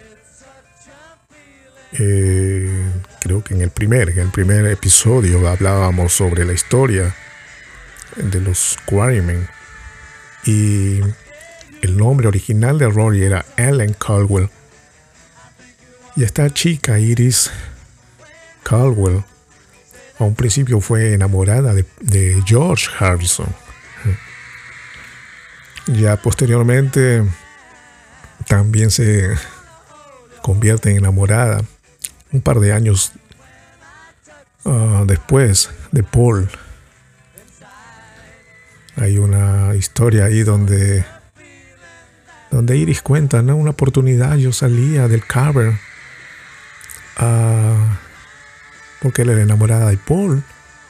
eh, creo que en el primer, en el primer episodio hablábamos sobre la historia de los Quarrymen, y el nombre original de Rory era Alan Caldwell. Y esta chica, Iris Caldwell, a un principio fue enamorada de, de George Harrison. Ya posteriormente también se convierte en enamorada un par de años uh, después de Paul. Hay una historia ahí donde donde Iris cuenta, ¿no? Una oportunidad yo salía del cover uh, porque él era enamorada de Paul.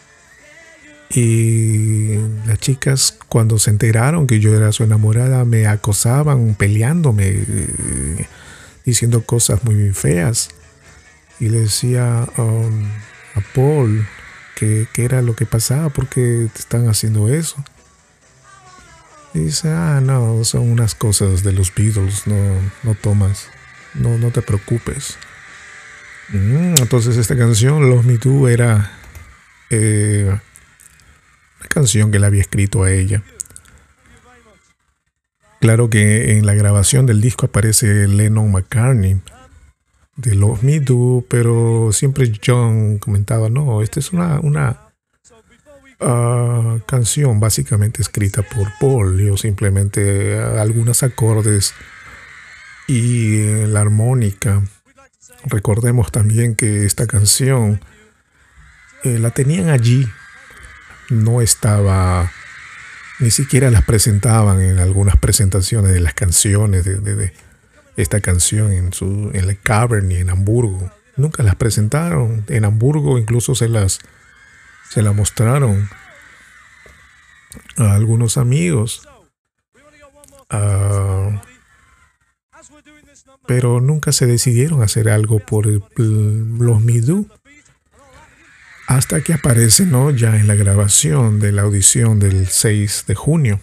Y las chicas, cuando se enteraron que yo era su enamorada, me acosaban, peleándome, eh, diciendo cosas muy feas. y le decía um, a Paul que, que era lo que pasaba, porque te están haciendo eso. Y dice, ah, no, son unas cosas de los Beatles, no, no tomas, no, no te preocupes. Mm, entonces esta canción, Love Me Do, era eh, una canción que le había escrito a ella. Claro que en la grabación del disco aparece Lennon McCartney de Love Me Do, pero siempre John comentaba, no, esta es una, una uh, canción básicamente escrita por Paul. Yo simplemente uh, algunos acordes y uh, la armónica. Recordemos también que esta canción eh, la tenían allí, no estaba, ni siquiera las presentaban en algunas presentaciones de las canciones de, de, de esta canción en su en la Cavern y en Hamburgo. Nunca las presentaron en Hamburgo, incluso se las se la mostraron a algunos amigos, uh, pero nunca se decidieron a hacer algo por el, los Me Do, hasta que aparece, ¿no?, ya en la grabación de la audición del seis de junio.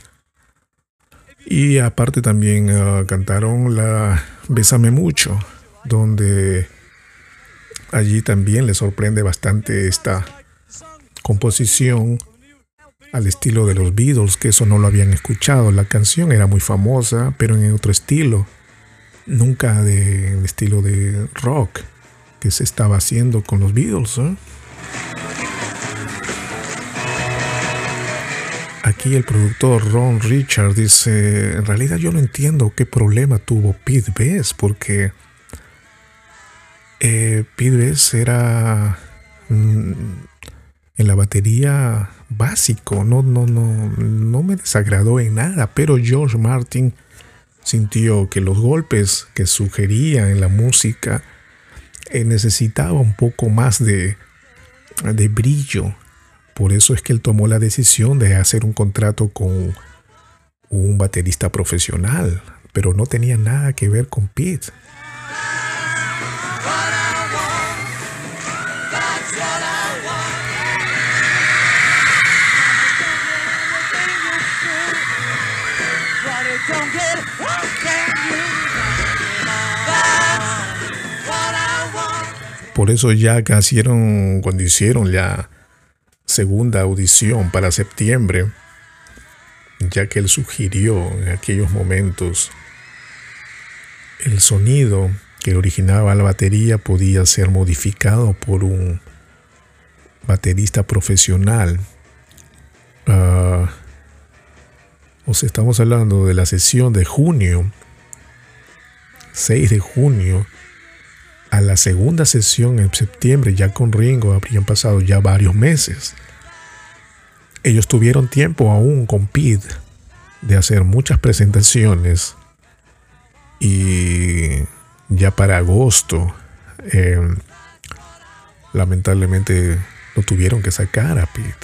Y aparte también uh, cantaron la Bésame Mucho, donde allí también le sorprende bastante esta composición al estilo de los Beatles, que eso no lo habían escuchado. La canción era muy famosa, pero en otro estilo, nunca de, de estilo de rock que se estaba haciendo con los Beatles, ¿eh? Aquí el productor Ron Richard dice, en realidad yo no entiendo qué problema tuvo Pete Best, porque eh, Pete Best era mm, en la batería básico, no, no, no, no me desagradó en nada, pero George Martin sintió que los golpes que sugería en la música eh, necesitaba un poco más de, de brillo. Por eso es que él tomó la decisión de hacer un contrato con un baterista profesional, pero no tenía nada que ver con Pete. Por eso ya que hicieron, cuando hicieron la segunda audición para septiembre, ya que él sugirió en aquellos momentos el sonido que originaba la batería podía ser modificado por un baterista profesional. Uh, o sea, estamos hablando de la sesión de junio, seis de junio, a la segunda sesión en septiembre, ya con Ringo, habrían pasado ya varios meses. Ellos tuvieron tiempo aún con Pete de hacer muchas presentaciones, y ya para agosto eh, lamentablemente lo tuvieron que sacar a Pete.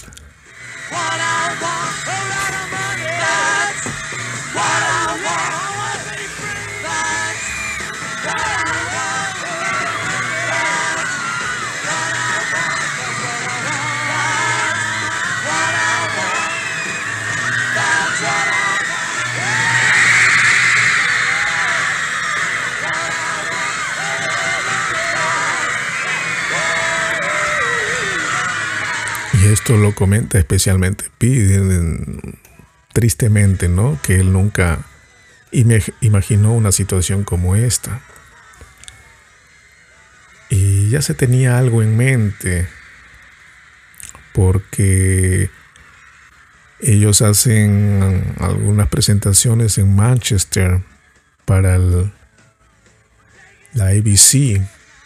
Esto lo comenta especialmente Pete, tristemente, ¿no?, que él nunca imaginó una situación como esta. Y ya se tenía algo en mente, porque ellos hacen algunas presentaciones en Manchester para el, la A B C,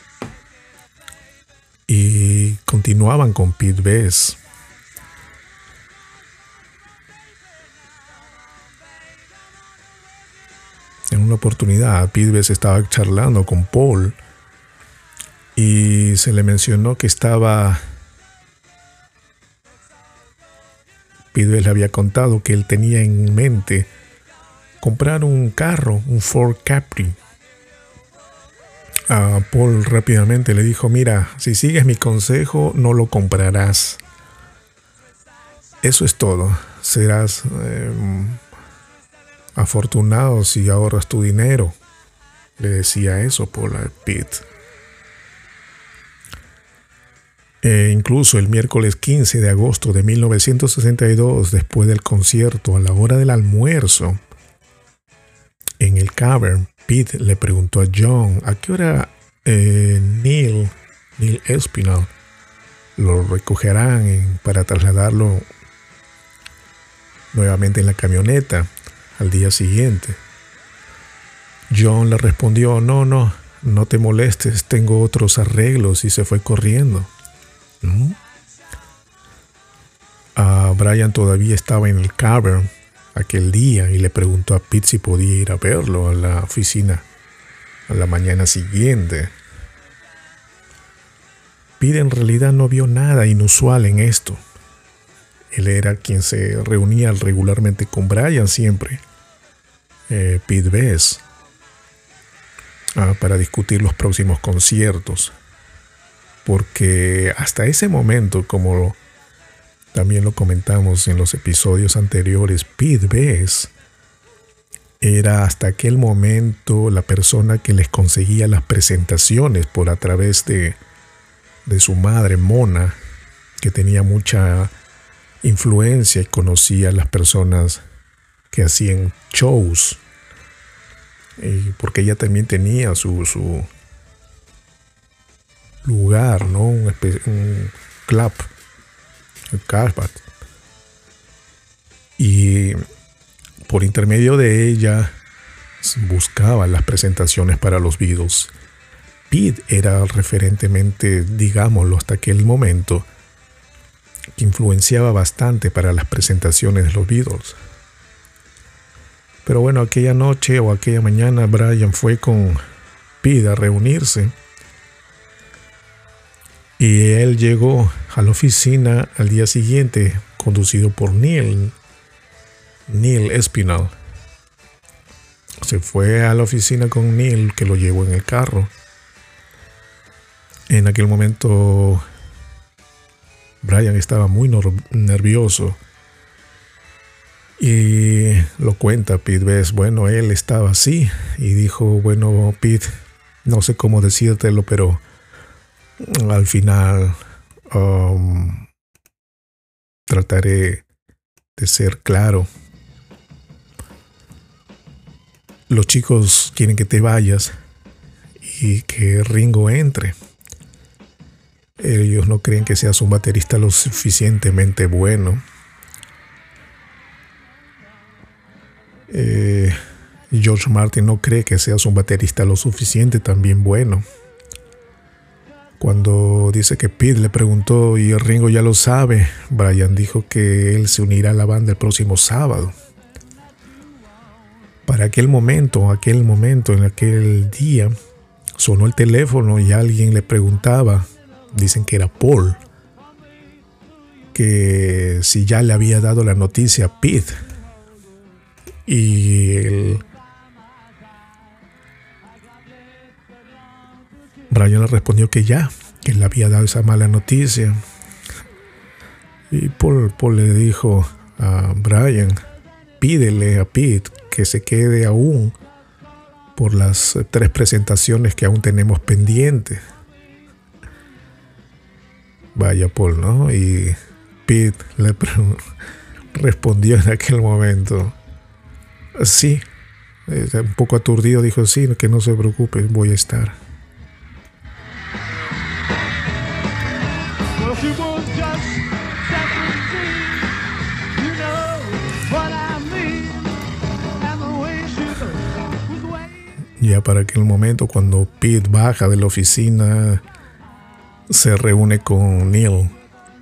y continuaban con Pete Best. En una oportunidad, Pete Best estaba charlando con Paul y se le mencionó que estaba... Pete Best le había contado que él tenía en mente comprar un carro, un Ford Capri. uh, Paul rápidamente le dijo, mira, si sigues mi consejo no lo comprarás. Eso es todo. Serás eh, afortunado si ahorras tu dinero. Le decía eso Paul a Pete. E incluso el miércoles quince de agosto de mil novecientos sesenta y dos, después del concierto, a la hora del almuerzo, en el Cavern, Pete le preguntó a John a qué hora eh, Neil, Neil Espinal lo recogerán en, para trasladarlo nuevamente en la camioneta al día siguiente. John le respondió, no, no, no te molestes, tengo otros arreglos, y se fue corriendo. ¿Mm? Uh, Brian todavía estaba en el Cavern aquel día y le preguntó a Pete si podía ir a verlo a la oficina a la mañana siguiente. Pete en realidad no vio nada inusual en esto. Él era quien se reunía regularmente con Brian siempre, eh, Pete Best, uh, para discutir los próximos conciertos. Porque hasta ese momento, como también lo comentamos en los episodios anteriores, Pete Best era hasta aquel momento la persona que les conseguía las presentaciones por a través de, de su madre Mona, que tenía mucha influencia y conocía a las personas que hacían shows, y porque ella también tenía su... su lugar, ¿no? Un, un club, el Carpat. Y por intermedio de ella buscaba las presentaciones para los Beatles. Pete era referentemente, digámoslo, hasta aquel momento, que influenciaba bastante para las presentaciones de los Beatles. Pero bueno, aquella noche o aquella mañana Brian fue con Pete a reunirse. Y él llegó a la oficina al día siguiente, conducido por Neil, Neil Espinal. Se fue a la oficina con Neil, que lo llevó en el carro. En aquel momento, Brian estaba muy nervioso. Y lo cuenta Pete Best. Bueno, él estaba así y dijo, bueno, Pete, no sé cómo decírtelo, pero al final um, trataré de ser claro. Los chicos quieren que te vayas y que Ringo entre. Ellos no creen que seas un baterista lo suficientemente bueno. Eh, George Martin no cree que seas un baterista lo suficiente también bueno. Cuando dice que Pete le preguntó y Ringo ya lo sabe, Brian dijo que él se unirá a la banda el próximo sábado. Para aquel momento, aquel momento, en aquel día, sonó el teléfono y alguien le preguntaba, dicen que era Paul, que si ya le había dado la noticia a Pete. Y el Brian le respondió que ya, que le había dado esa mala noticia. Y Paul, Paul le dijo a Brian, pídele a Pete que se quede aún por las tres presentaciones que aún tenemos pendientes. Vaya Paul, ¿no? Y Pete le respondió en aquel momento, sí, un poco aturdido, dijo, sí, que no se preocupe, voy a estar. Ya para aquel momento, cuando Pete baja de la oficina, se reúne con Neil.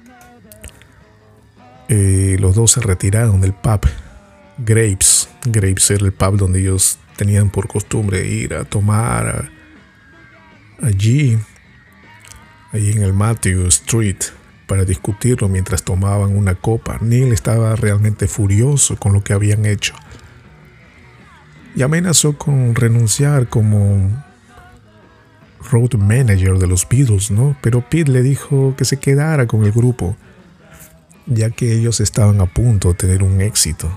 Y los dos se retiraron del pub Grapes. Grapes era el pub donde ellos tenían por costumbre ir a tomar a, allí, allí en el Matthew Street, para discutirlo mientras tomaban una copa. Neil estaba realmente furioso con lo que habían hecho y amenazó con renunciar como road manager de los Beatles, ¿no? Pero Pete le dijo que se quedara con el grupo, ya que ellos estaban a punto de tener un éxito.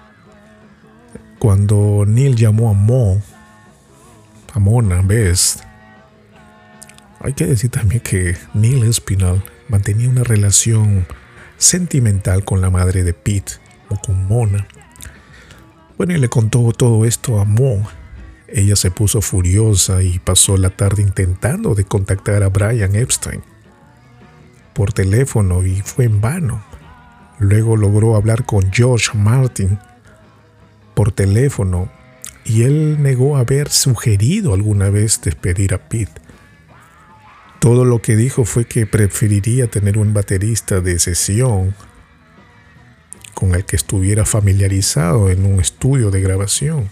Cuando Neil llamó a Mo, a Mona Best, hay que decir también que Neil Espinal mantenía una relación sentimental con la madre de Pete, o con Mona. Bueno, y le contó todo esto a Mo. Ella se puso furiosa y pasó la tarde intentando de contactar a Brian Epstein por teléfono y fue en vano. Luego logró hablar con George Martin por teléfono y él negó haber sugerido alguna vez despedir a Pete. Todo lo que dijo fue que preferiría tener un baterista de sesión con el que estuviera familiarizado en un estudio de grabación.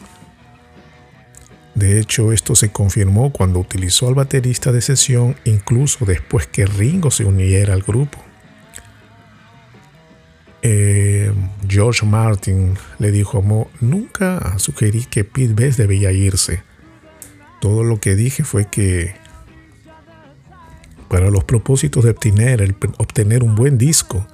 De hecho, esto se confirmó cuando utilizó al baterista de sesión incluso después que Ringo se uniera al grupo. Eh, George Martin le dijo a Mo: nunca sugerí que Pete Best debía irse. Todo lo que dije fue que para los propósitos de obtener, el, obtener un buen disco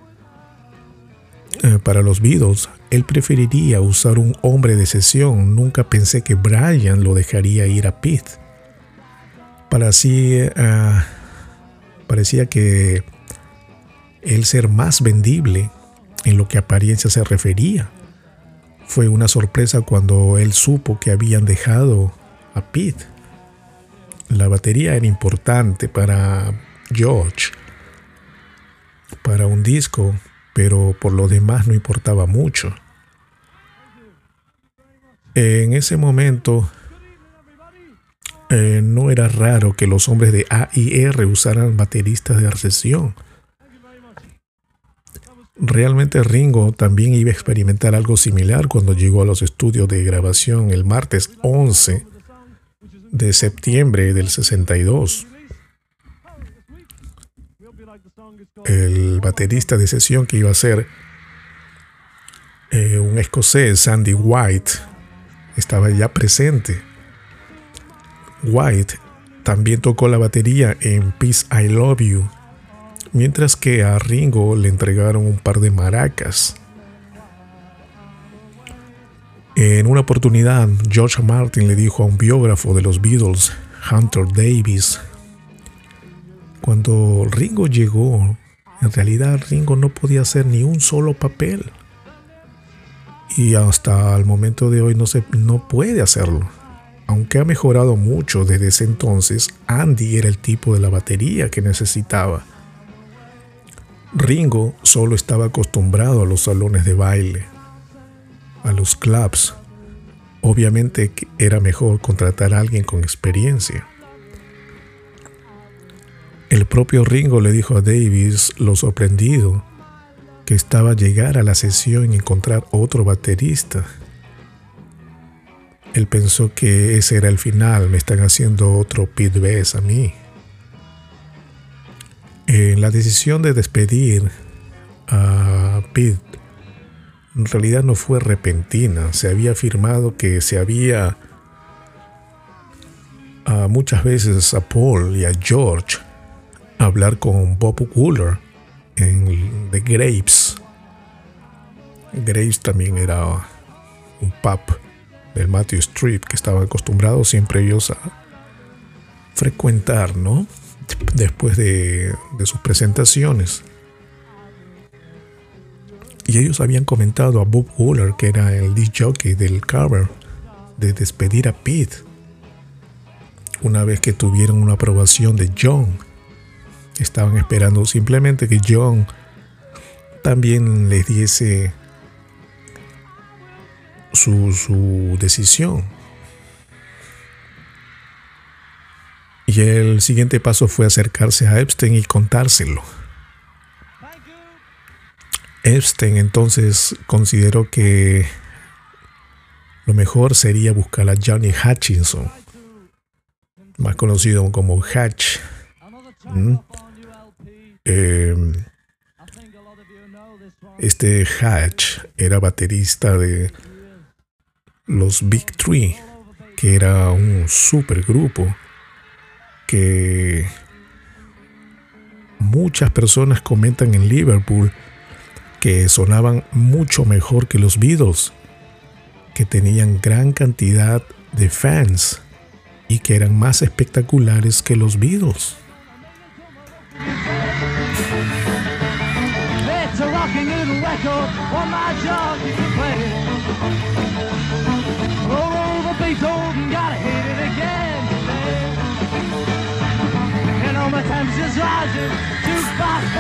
eh, para los Beatles, él preferiría usar un hombre de sesión. Nunca pensé que Brian lo dejaría ir a Pete. Para así, uh, parecía que el ser más vendible en lo que a apariencia se refería. Fue una sorpresa cuando él supo que habían dejado a Pete. La batería era importante para George, para un disco, pero por lo demás no importaba mucho. En ese momento eh, no era raro que los hombres de A y R usaran bateristas de sesión. Realmente Ringo también iba a experimentar algo similar cuando llegó a los estudios de grabación el martes once de septiembre del sesenta y dos. El baterista de sesión, que iba a ser eh, un escocés, Sandy White, estaba ya presente. White también tocó la batería en Peace I Love You, mientras que a Ringo le entregaron un par de maracas. En una oportunidad, George Martin le dijo a un biógrafo de los Beatles, Hunter Davis: cuando Ringo llegó, en realidad Ringo no podía hacer ni un solo papel. Y hasta el momento de hoy no, se, no puede hacerlo. Aunque ha mejorado mucho desde ese entonces, Andy era el tipo de la batería que necesitaba. Ringo solo estaba acostumbrado a los salones de baile, a los clubs. Obviamente era mejor contratar a alguien con experiencia. El propio Ringo le dijo a Davis lo sorprendido que estaba llegar a la sesión y encontrar otro baterista. Él pensó que ese era el final, me están haciendo otro Pete Best a mí. En la decisión de despedir a Pete, en realidad no fue repentina. Se había afirmado que se había a muchas veces a Paul y a George hablar con Bob Wooler en The Graves. Graves también era un pub del Matthew Street que estaban acostumbrados siempre ellos a frecuentar, ¿no? Después de, de sus presentaciones. Y ellos habían comentado a Bob Wooler, que era el disc jockey del cover, de despedir a Pete una vez que tuvieron una aprobación de John. Estaban esperando simplemente que John también les diese su, su decisión. Y el siguiente paso fue acercarse a Epstein y contárselo. Epstein entonces consideró que lo mejor sería buscar a Johnny Hutchinson, más conocido como Hatch. ¿Mm? Eh, este Hatch era baterista de los Big Three, que era un supergrupo que muchas personas comentan en Liverpool que sonaban mucho mejor que los Beatles, que tenían gran cantidad de fans y que eran más espectaculares que los Beatles. The temperature's rising, too fast